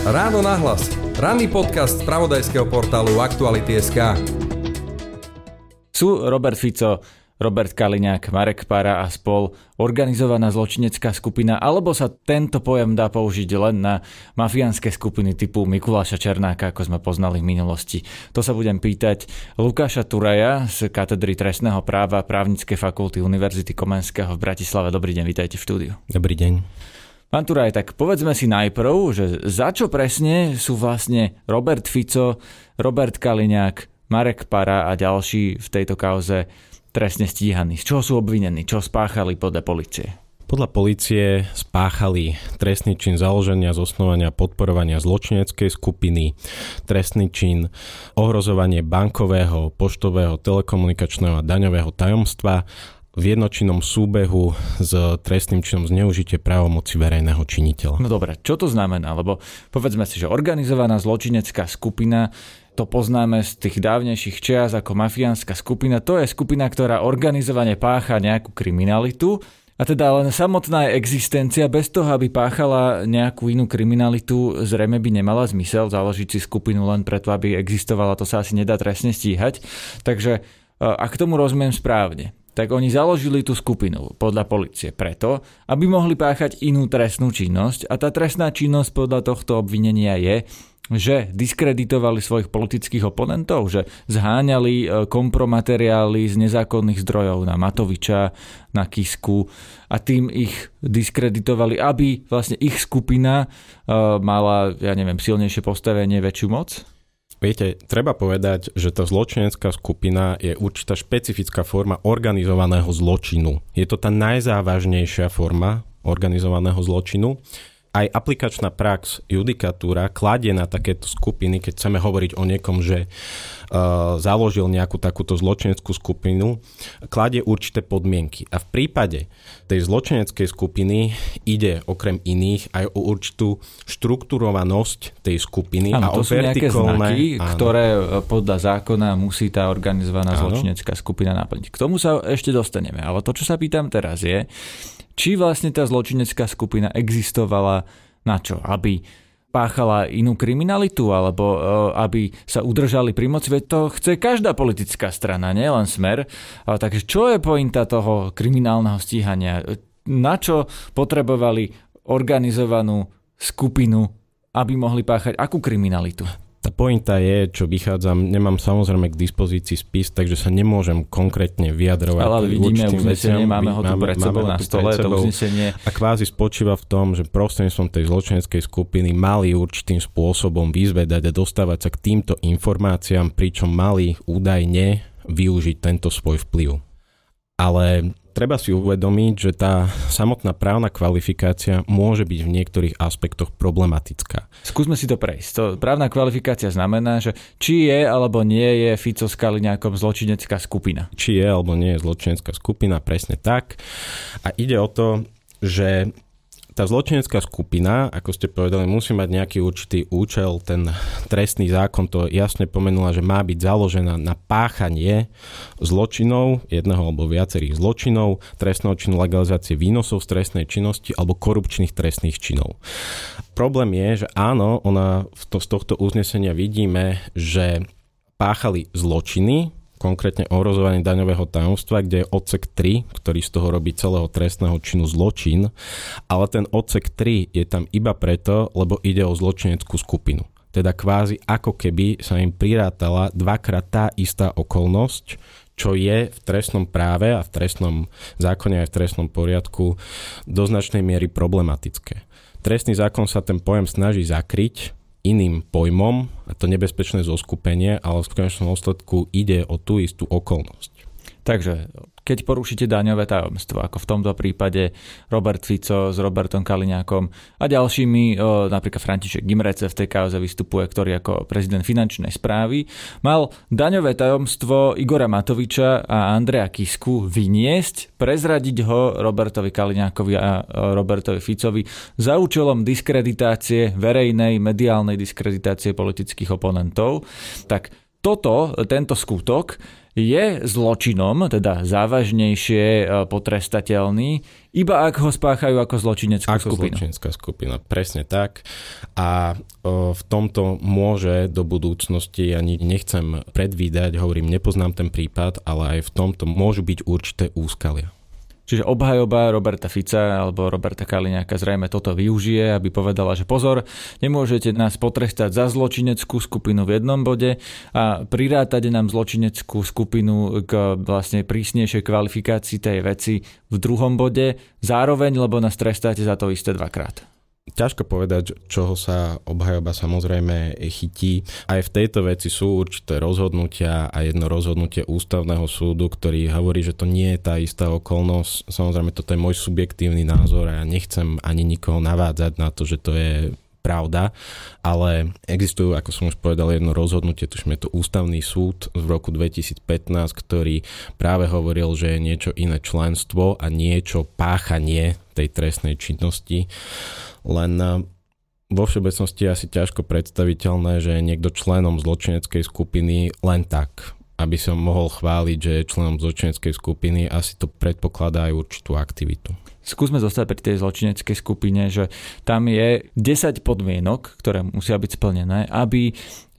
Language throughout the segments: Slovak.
Ráno nahlas. Ranný podcast z spravodajského portálu Aktuality.sk. Sú Robert Fico, Robert Kaliňák, Marek Para a spol organizovaná zločinecká skupina, alebo sa tento pojem dá použiť len na mafiánske skupiny typu Mikuláša Černáka, ako sme poznali v minulosti? To sa budem pýtať Lukáša Turaja z katedry trestného práva Právnickej fakulty Univerzity Komenského v Bratislave. Dobrý deň, vítajte v štúdiu. Dobrý deň. Pán Turaj, tak povedzme si najprv, že za čo presne sú vlastne Robert Fico, Robert Kaliňák, Marek Para a ďalší v tejto kauze trestne stíhaní? Z čoho sú obvinení? Čo spáchali podľa polície? Podľa polície spáchali trestný čin založenia, zosnovania, podporovania zločineckej skupiny, trestný čin ohrozovanie bankového, poštového, telekomunikačného a daňového tajomstva v jednočinnom súbehu s trestným činom zneužitie právomoci verejného činiteľa. No dobre, čo to znamená? Lebo povedzme si, že organizovaná zločinecká skupina, to poznáme z tých dávnejších čias ako mafiánska skupina, to je skupina, ktorá organizovane pácha nejakú kriminalitu, a teda len samotná existencia bez toho, aby páchala nejakú inú kriminalitu, zrejme by nemala zmysel. Založiť si skupinu len preto, aby existovala, to sa asi nedá trestne stíhať. Takže ak tomu rozumiem správne, tak oni založili tú skupinu podľa polície preto, aby mohli páchať inú trestnú činnosť, a tá trestná činnosť podľa tohto obvinenia je, že diskreditovali svojich politických oponentov, že zháňali kompromateriály z nezákonných zdrojov na Matoviča, na Kisku a tým ich diskreditovali, aby vlastne ich skupina mala, silnejšie postavenie, väčšiu moc? Viete, treba povedať, že tá zločinecká skupina je určitá špecifická forma organizovaného zločinu. Je to tá najzávažnejšia forma organizovaného zločinu. Aj aplikačná prax, judikatúra kladie na takéto skupiny, keď chceme hovoriť o niekom, že založil nejakú takúto zločineckú skupinu, kladie určité podmienky. A v prípade tej zločineckej skupiny ide okrem iných aj o určitú štrukturovanosť tej skupiny. Áno, a to o sú nejaké znaky, áno, ktoré podľa zákona musí tá organizovaná zločinecká skupina naplniť. K tomu sa ešte dostaneme, ale to, čo sa pýtam teraz je, či vlastne tá zločinecká skupina existovala na čo? Aby páchala inú kriminalitu, alebo aby sa udržali pri moci? Veď to chce každá politická strana, nie len Smer. Takže čo je pointa toho kriminálneho stíhania? Na čo potrebovali organizovanú skupinu, aby mohli páchať akú kriminalitu? Tá pointa je, čo vychádzam, nemám samozrejme k dispozícii spis, takže sa nemôžem konkrétne vyjadrovať. Ale vidíme uznesenie, máme ho tu pred sebou na stole, to uznesenie. A kvázi spočíva v tom, že prostredníctvom tej zločineckej skupiny mali určitým spôsobom vyzvedať a dostávať sa k týmto informáciám, pričom mali údajne využiť tento svoj vplyv. Ale treba si uvedomiť, že tá samotná právna kvalifikácia môže byť v niektorých aspektoch problematická. Skúsme si to prejsť. Právna kvalifikácia znamená, že či je alebo nie je Fico s Kaliňákom zločinecká skupina. Či je alebo nie je zločinecká skupina, presne tak. A ide o to, že tá zločinecká skupina, ako ste povedali, musí mať nejaký určitý účel. Ten trestný zákon to jasne pomenula, že má byť založená na páchanie zločinov, jedného alebo viacerých zločinov, trestného činu legalizácie výnosov z trestnej činnosti alebo korupčných trestných činov. Problém je, že áno, z tohto uznesenia vidíme, že páchali zločiny, konkrétne ohrozovanie daňového tajomstva, kde je odsek 3, ktorý z toho robí celého trestného činu zločin, ale ten odsek 3 je tam iba preto, lebo ide o zločineckú skupinu. Teda kvázi ako keby sa im prirátala dvakrát tá istá okolnosť, čo je v trestnom práve a v trestnom zákone aj v trestnom poriadku do značnej miery problematické. Trestný zákon sa ten pojem snaží zakryť iným pojmom, a to nebezpečné zoskupenie, ale v konečnom dôsledku ide o tú istú okolnosť. Takže keď porušíte daňové tajomstvo, ako v tomto prípade Robert Fico s Robertom Kaliňákom a ďalšími, napríklad František Gimrece v tej kauze vystupuje, ktorý ako prezident finančnej správy mal daňové tajomstvo Igora Matoviča a Andreja Kisku vyniesť, prezradiť ho Robertovi Kaliňákovi a Robertovi Ficovi za účelom diskreditácie, verejnej mediálnej diskreditácie politických oponentov, tak tento skutok je zločinom, teda závažnejšie potrestateľný, iba ak ho spáchajú ako zločineckú skupinu. Ako zločinecká skupina, presne tak. A v tomto môže do budúcnosti, ani nechcem predvídať, hovorím, nepoznám ten prípad, ale aj v tomto môžu byť určité úskalia. Čiže obhajoba Roberta Fica alebo Roberta Kaliňáka zrejme toto využije, aby povedala, že pozor, nemôžete nás potrestať za zločineckú skupinu v jednom bode a prirátať nám zločineckú skupinu k vlastne prísnejšej kvalifikácii tej veci v druhom bode, zároveň, lebo nás trestáte za to isté dvakrát. Ťažko povedať, čoho sa obhajoba samozrejme chytí. Aj v tejto veci sú určité rozhodnutia a jedno rozhodnutie ústavného súdu, ktorý hovorí, že to nie je tá istá okolnosť. Samozrejme, toto je môj subjektívny názor a ja nechcem ani nikoho navádzať na to, že to je pravda, ale existujú, ako som už povedal, jedno rozhodnutie, tuším, je to ústavný súd v roku 2015, ktorý práve hovoril, že je niečo iné členstvo a niečo páchanie tej trestnej činnosti. Len vo všeobecnosti je asi ťažko predstaviteľné, že je niekto členom zločineckej skupiny len tak, aby som mohol chváliť, že je členom zločineckej skupiny, asi to predpokladá aj určitú aktivitu. Skúsme zostať pri tej zločineckej skupine, že tam je 10 podmienok, ktoré musia byť splnené, aby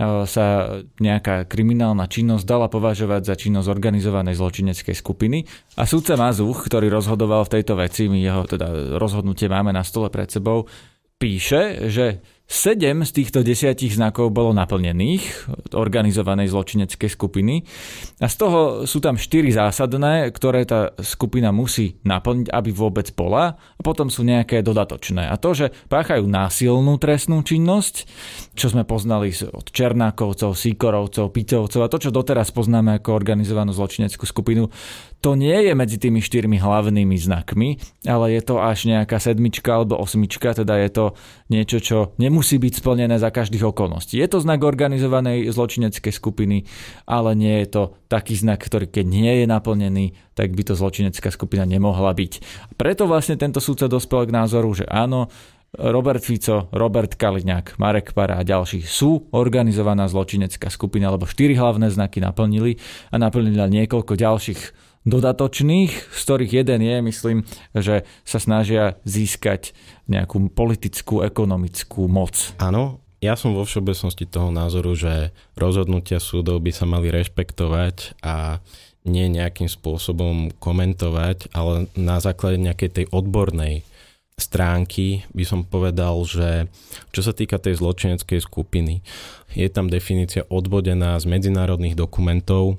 sa nejaká kriminálna činnosť dala považovať za činnosť organizovanej zločineckej skupiny. A sudca Mazuch, ktorý rozhodoval v tejto veci, my jeho teda rozhodnutie máme na stole pred sebou, píše, že 7 z týchto 10 znakov bolo naplnených organizovanej zločineckej skupiny a z toho sú tam 4 zásadné, ktoré tá skupina musí naplniť, aby vôbec bola, a potom sú nejaké dodatočné. A to, že páchajú násilnú trestnú činnosť, čo sme poznali od Černákovcov, Sýkorovcov, Piťovcov a to, čo doteraz poznáme ako organizovanú zločineckú skupinu, to nie je medzi tými 4 hlavnými znakmi, ale je to až nejaká 7 alebo 8, teda je to niečo, čo nemusí byť splnené za každých okolností. Je to znak organizovanej zločineckej skupiny, ale nie je to taký znak, ktorý keď nie je naplnený, tak by to zločinecká skupina nemohla byť. A preto vlastne tento súdca dospel k názoru, že áno, Robert Fico, Robert Kaliňák, Marek Para a ďalší sú organizovaná zločinecká skupina, lebo 4 hlavné znaky naplnili a naplnili niekoľko ďalších dodatočných, z ktorých jeden je, myslím, že sa snažia získať nejakú politickú, ekonomickú moc. Áno, ja som vo všeobecnosti toho názoru, že rozhodnutia súdov by sa mali rešpektovať a nie nejakým spôsobom komentovať, ale na základe nejakej tej odbornej stránky by som povedal, že čo sa týka tej zločineckej skupiny, je tam definícia odvodená z medzinárodných dokumentov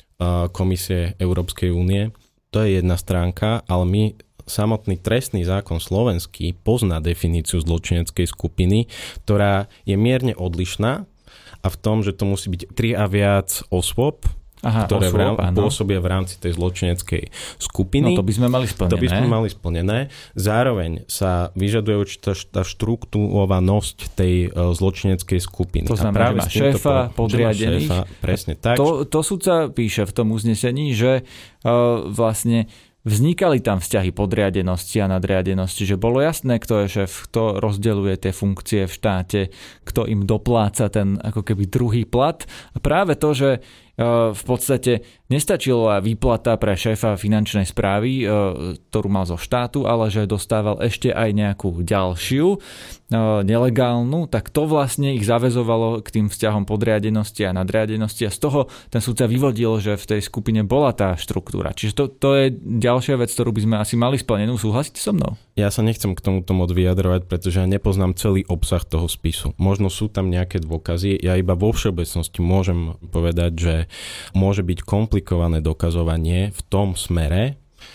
Komisie Európskej únie. To je jedna stránka, ale samotný trestný zákon slovenský pozná definíciu zločineckej skupiny, ktorá je mierne odlišná a v tom, že to musí byť 3 a viac osôb, ktoré pôsobia v rámci tej zločineckej skupiny. No to by sme mali splnené. Zároveň sa vyžaduje určitá štruktúrovanosť tej zločineckej skupiny. To znamená, že má šéfa, podriadených. Presne tak. To sudca píše v tom uznesení, že vlastne vznikali tam vzťahy podriadenosti a nadriadenosti, že bolo jasné, kto je šéf, kto rozdeľuje tie funkcie v štáte, kto im dopláca ten ako keby druhý plat. A práve to, že v podstate nestačila výplata pre šéfa finančnej správy, ktorú mal zo štátu, ale že dostával ešte aj nejakú ďalšiu, nelegálnu, tak to vlastne ich zaväzovalo k tým vzťahom podriadenosti a nadriadenosti a z toho ten sudca vyvodil, že v tej skupine bola tá štruktúra. Čiže to je ďalšia vec, ktorú by sme asi mali splnenú. Súhlasíte so mnou? Ja sa nechcem k tomuto moc vyjadrovať, pretože ja nepoznám celý obsah toho spisu. Možno sú tam nejaké dôkazy, ja iba vo všeobecnosti môžem povedať, že môže byť komplikované dokazovanie v tom smere,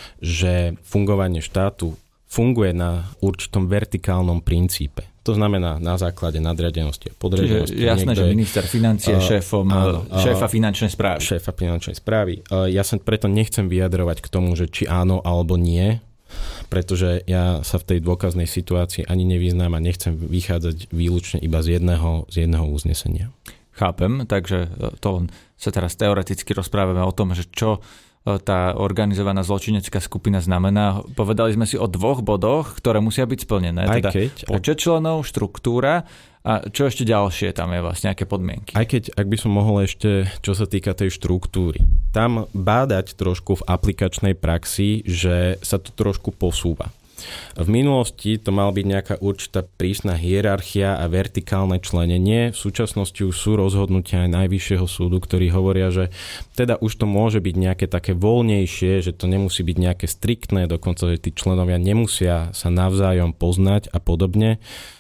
že fungovanie štátu funguje na určitom vertikálnom princípe. To znamená na základe nadriadenosti a podriadenosti. Čiže jasné, že minister financie šéfa finančnej správy. Šéfa finančnej správy. Ja sa preto nechcem vyjadrovať k tomu, že či áno alebo nie, pretože ja sa v tej dôkaznej situácii ani nevyznám a nechcem vychádzať výlučne iba z jedného uznesenia. Chápem, takže to len sa teraz teoreticky rozprávame o tom, že čo tá organizovaná zločinecká skupina znamená. Povedali sme si o 2 bodoch, ktoré musia byť splnené. Teda počet členov, štruktúra A čo ešte ďalšie tam je vlastne, aké podmienky? Aj keď, ak by som mohol ešte, čo sa týka tej štruktúry, tam bádať trošku v aplikačnej praxi, že sa to trošku posúva. V minulosti to mal byť nejaká určitá prísna hierarchia a vertikálne členenie. V súčasnosti už sú rozhodnutia aj Najvyššieho súdu, ktorí hovoria, že teda už to môže byť nejaké také voľnejšie, že to nemusí byť nejaké striktné, dokonca, že tí členovia nemusia sa navzájom poznať a podobne.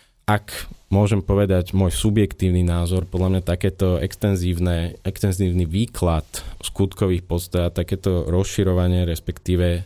Ak môžem povedať môj subjektívny názor, podľa mňa takéto extenzívny výklad skutkových podstat, takéto rozširovanie, respektíve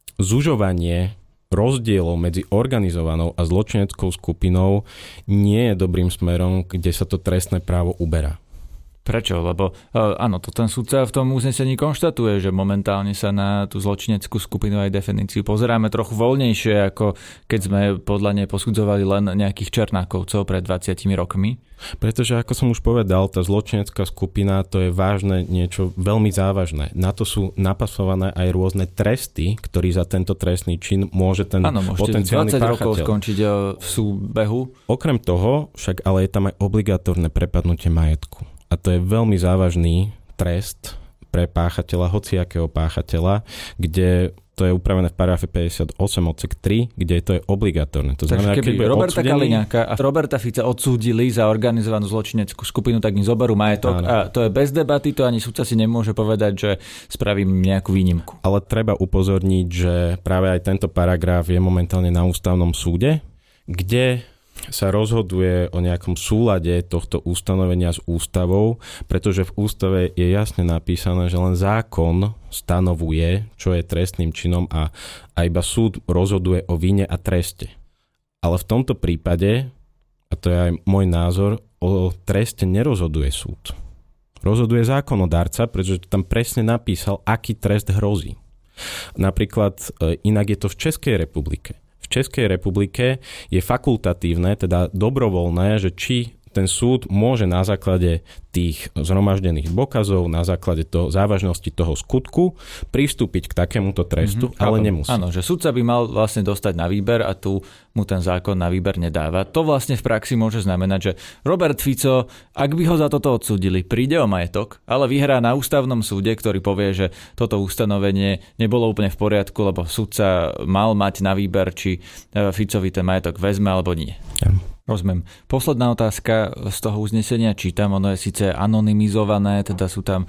zužovanie rozdielov medzi organizovanou a zločineckou skupinou nie je dobrým smerom, kde sa to trestné právo uberá. Prečo? Lebo áno, to ten sudca v tom uznesení konštatuje, že momentálne sa na tú zločineckú skupinu aj definíciu pozeráme trochu voľnejšie, ako keď sme podľa nej posudzovali len nejakých černákovcov pred 20 rokmi. Pretože, ako som už povedal, tá zločinecká skupina, to je vážne niečo veľmi závažné. Na to sú napasované aj rôzne tresty, ktorý za tento trestný čin môže ten potenciálny páchateľ. 20 rokov skončiť v súbehu. Okrem toho, však ale je tam aj obligatórne prepadnutie majetku. A to je veľmi závažný trest pre páchateľa, hociakého páchateľa, kde to je upravené v paragrafe 58 odsek 3, kde to je obligatórne. To znamená, keby Roberta Kaliňáka a Roberta Fica odsúdili za organizovanú zločineckú skupinu, tak im zoberú majetok. Áno. A to je bez debaty, to ani sudca si nemôže povedať, že spravím nejakú výnimku. Ale treba upozorniť, že práve aj tento paragraf je momentálne na ústavnom súde, kde sa rozhoduje o nejakom súlade tohto ustanovenia s ústavou, pretože v ústave je jasne napísané, že len zákon stanovuje, čo je trestným činom a iba súd rozhoduje o vine a treste. Ale v tomto prípade, a to je aj môj názor, o treste nerozhoduje súd. Rozhoduje zákonodárca, pretože tam presne napísal, aký trest hrozí. Napríklad inak je to v Českej republike. V Českej republike je fakultatívne, teda dobrovoľné, že či ten súd môže na základe tých zhromaždených dôkazov, na základe závažnosti toho skutku pristúpiť k takémuto trestu, ale nemusí. Áno, že sudca by mal vlastne dostať na výber a tu mu ten zákon na výber nedáva. To vlastne v praxi môže znamenať, že Robert Fico, ak by ho za toto odsúdili, príde o majetok, ale vyhrá na ústavnom súde, ktorý povie, že toto ustanovenie nebolo úplne v poriadku, lebo sudca mal mať na výber, či Ficovi ten majetok vezme alebo nie. Ja. Rozumiem. Posledná otázka z toho uznesenia čítam, ono je síce anonymizované, teda sú tam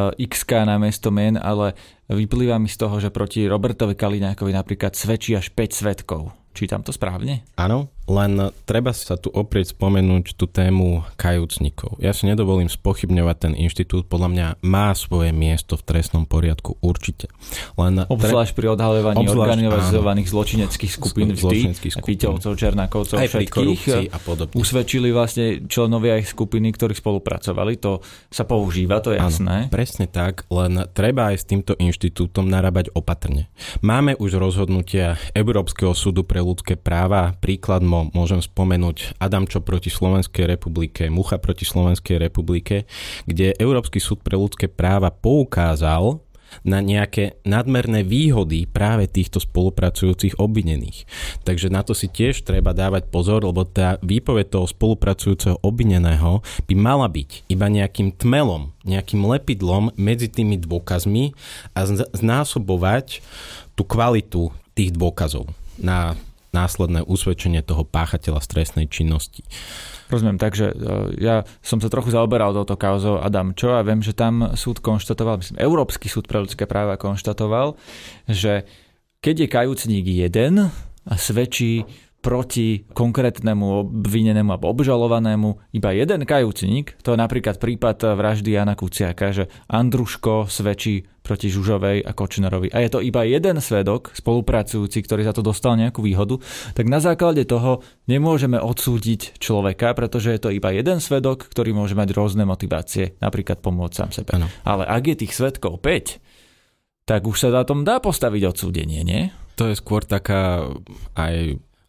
XK namiesto mien, ale vyplýva mi z toho, že proti Robertovi Kaliňákovi napríklad svedčí až 5 svedkov. Čítam to správne? Áno, len treba sa tu oprieť spomenúť tú tému kajúcnikov. Ja si nedovolím spochybňovať ten inštitút, podľa mňa má svoje miesto v trestnom poriadku určite. Obzvlášť pri odhaľovaní organizovaných zločineckých skupín vždy, Píťovcov, Černákovcov, všetkých a podobne. Usvedčili vlastne členovia ich skupiny, ktorí spolupracovali. To sa používa, to je jasné. Áno, presne tak, len treba aj s týmto inštitútom narábať opatrne. Máme už rozhodnutia Európskeho súdu pre ľudské práva, príklad môžem spomenúť Adamčo proti Slovenskej republike, Mucha proti Slovenskej republike, kde Európsky súd pre ľudské práva poukázal na nejaké nadmerné výhody práve týchto spolupracujúcich obvinených. Takže na to si tiež treba dávať pozor, lebo tá výpoveď toho spolupracujúceho obvineného by mala byť iba nejakým tmelom, nejakým lepidlom medzi tými dôkazmi a znásobovať tú kvalitu tých dôkazov na následné usvedčenie toho páchateľa z trestnej činnosti. Rozumiem, takže ja som sa trochu zaoberal touto kauzou Adamčo a viem, že tam súd konštatoval, Európsky súd pre ľudské práva konštatoval, že keď je kajúcník jeden a svedčí proti konkrétnemu obvinenému alebo obžalovanému iba jeden kajúcník, to je napríklad prípad vraždy Jana Kuciaka, že Andruško svedčí proti Žužovej a Kočnerovi a je to iba jeden svedok spolupracujúci, ktorý za to dostal nejakú výhodu, tak na základe toho nemôžeme odsúdiť človeka, pretože je to iba jeden svedok, ktorý môže mať rôzne motivácie, napríklad pomôcť sám sebe. Ano. Ale ak je tých svedkov 5, tak už sa na tom dá postaviť odsúdenie, nie? To je skôr taká aj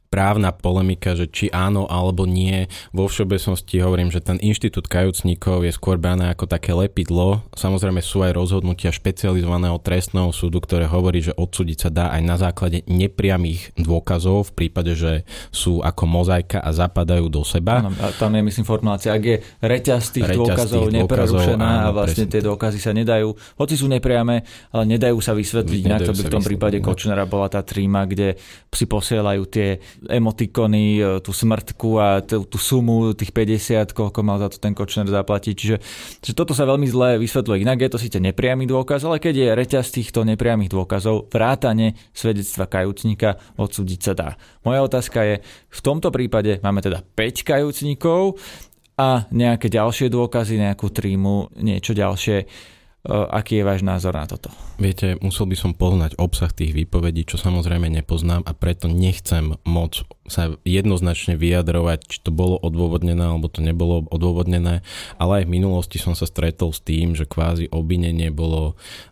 právna polemika, že či áno alebo nie. Vo všeobecnosti hovorím, že ten inštitút kajúcnikov je skôr brané ako také lepidlo. Samozrejme sú aj rozhodnutia špecializovaného trestného súdu, ktoré hovorí, že odsúdiť sa dá aj na základe nepriamých dôkazov v prípade, že sú ako mozaika a zapadajú do seba. Áno, a tam je myslím formulácia, ak je reťaz tých dôkazov neprerušená a vlastne tie dôkazy sa nedajú, hoci sú nepriame, ale nedajú sa vysvetliť. Inak to by v tom prípade Kočnera bola tá tríma, kde si posielajú tie emotikony, tú smrtku a tú sumu tých 50, koľko mal za to ten Kočner zaplatiť. Čiže toto sa veľmi zle vysvetľuje. Inak je to síce nepriamy dôkaz, ale keď je reťaz týchto nepriamých dôkazov, vrátane svedectva kajúcnika, odsúdiť sa dá. Moja otázka je, v tomto prípade máme teda 5 kajúcnikov a nejaké ďalšie dôkazy, nejakú trímu, niečo ďalšie. Aký je váš názor na toto? Viete, musel by som poznať obsah tých výpovedí, čo samozrejme nepoznám a preto nechcem moc sa jednoznačne vyjadrovať, či to bolo odôvodnené alebo to nebolo odôvodnené, ale aj v minulosti som sa stretol s tým, že kvázi obvinenie bolo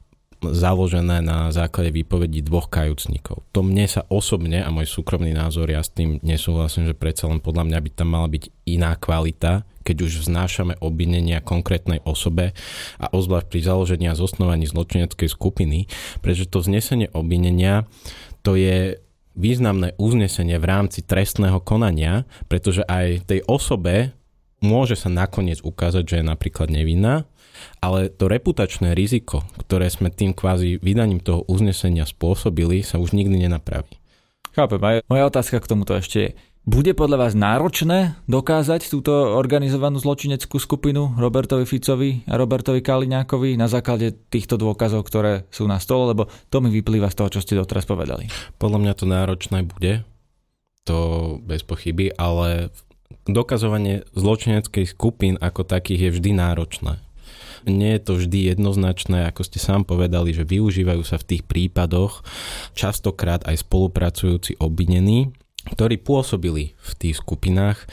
založené na základe výpovedí 2 kajúcnikov. To mne sa osobne a môj súkromný názor, ja s tým nesúhlasím, že predsa len podľa mňa by tam mala byť iná kvalita, keď už vznášame obvinenia konkrétnej osobe a obzvlášť pri založení a zosnovaní zločineckej skupiny, pretože to vznesenie obvinenia to je významné uznesenie v rámci trestného konania, pretože aj tej osobe môže sa nakoniec ukázať, že je napríklad nevinná, ale to reputačné riziko, ktoré sme tým kvázi vydaním toho uznesenia spôsobili, sa už nikdy nenapraví. Chápem. Moja otázka k tomuto ešte je. Bude podľa vás náročné dokázať túto organizovanú zločineckú skupinu Robertovi Ficovi a Robertovi Kaliňákovi na základe týchto dôkazov, ktoré sú na stole, lebo to mi vyplýva z toho, čo ste doteraz povedali? Podľa mňa to náročné bude, to bez pochyby, ale dokazovanie zločineckej skupín ako takých je vždy náročné. Nie je to vždy jednoznačné, ako ste sám povedali, že využívajú sa v tých prípadoch častokrát aj spolupracujúci obvinení, ktorí pôsobili v tých skupinách.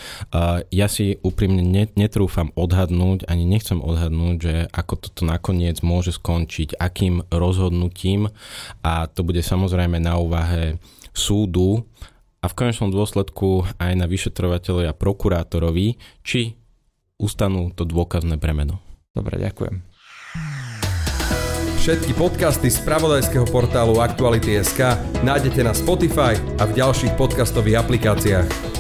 Ja si úprimne netrúfam odhadnúť, ani nechcem odhadnúť, že ako toto nakoniec môže skončiť, akým rozhodnutím, a to bude samozrejme na úvahe súdu a v konečnom dôsledku aj na vyšetrovateľovi a prokurátorovi, či ustanú to dôkazné bremeno. Dobre, ďakujem. Všetky podcasty z spravodajského portálu Aktuality.sk nájdete na Spotify a v ďalších podcastových aplikáciách.